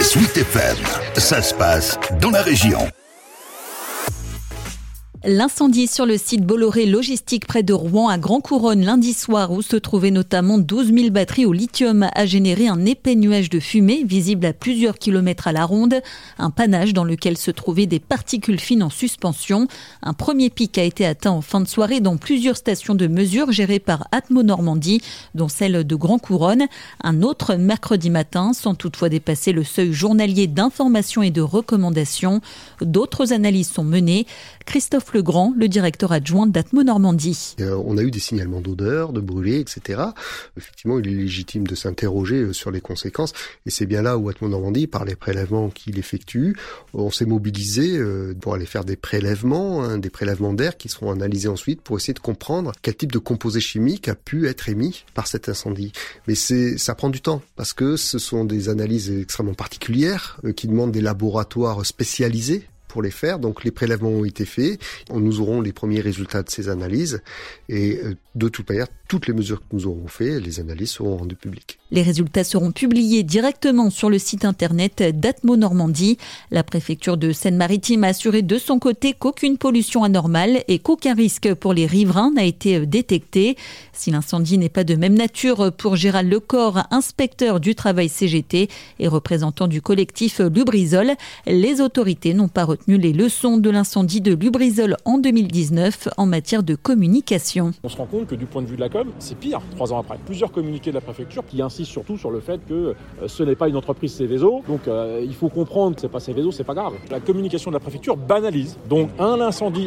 Sweet FM, ça se passe dans la région. L'incendie sur le site Bolloré Logistique près de Rouen à Grand-Couronne lundi soir où se trouvaient notamment 12 000 batteries au lithium a généré un épais nuage de fumée visible à plusieurs kilomètres à la ronde. Un panache dans lequel se trouvaient des particules fines en suspension. Un premier pic a été atteint en fin de soirée dans plusieurs stations de mesure gérées par Atmo Normandie, dont celle de Grand-Couronne. Un autre mercredi matin, sans toutefois dépasser le seuil journalier d'information et de recommandation. D'autres analyses sont menées. Christophe Legrand, le directeur adjoint d'Atmo Normandie. On a eu des signalements d'odeurs, de brûlés, etc. Effectivement, il est légitime de s'interroger sur les conséquences. Et c'est bien là où Atmo Normandie, par les prélèvements qu'il effectue, on s'est mobilisé pour aller faire des prélèvements d'air qui seront analysés ensuite pour essayer de comprendre quel type de composé chimique a pu être émis par cet incendie. Mais ça prend du temps parce que ce sont des analyses extrêmement particulières qui demandent des laboratoires spécialisés pour les faire. Donc les prélèvements ont été faits. Nous aurons les premiers résultats de ces analyses. Et de toute manière, toutes les mesures que nous aurons faites, les analyses seront rendues publiques. Les résultats seront publiés directement sur le site internet d'Atmo Normandie. La préfecture de Seine-Maritime a assuré de son côté qu'aucune pollution anormale et qu'aucun risque pour les riverains n'a été détecté. Si l'incendie n'est pas de même nature pour Gérald Lecor, inspecteur du travail CGT et représentant du collectif Lubrizol, les autorités n'ont pas retenu les leçons de l'incendie de Lubrizol en 2019 en matière de communication. On se rend compte que du point de vue de la com, c'est pire 3 ans après. Plusieurs communiqués de la préfecture qui insistent surtout sur le fait que ce n'est pas une entreprise Céveso, donc il faut comprendre que c'est pas Céveso, c'est pas grave. La communication de la préfecture banalise donc un incendie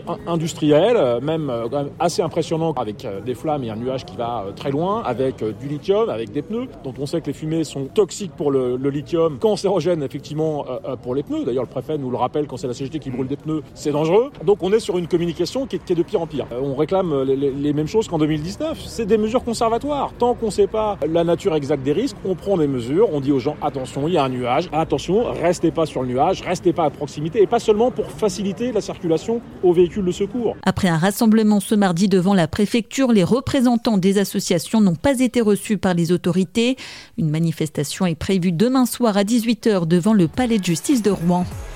industriel, même assez impressionnant, avec des flammes et un nuage qui va très loin, avec du lithium, avec des pneus, dont on sait que les fumées sont toxiques pour le lithium, cancérogènes effectivement pour les pneus. D'ailleurs le préfet nous le rappelle, quand c'est la CGT qui brûle des pneus, c'est dangereux. Donc on est sur une communication qui est de pire en pire. On réclame les mêmes choses qu'en 2019. C'est des mesures conservatoires. Tant qu'on ne sait pas la nature exacte des risques, on prend des mesures, on dit aux gens attention, il y a un nuage, attention, restez pas sur le nuage, restez pas à proximité, et pas seulement pour faciliter la circulation aux véhicules de secours. Après un rassemblement ce mardi devant la préfecture, les représentants des associations n'ont pas été reçus par les autorités. Une manifestation est prévue demain soir à 18h devant le palais de justice de Rouen.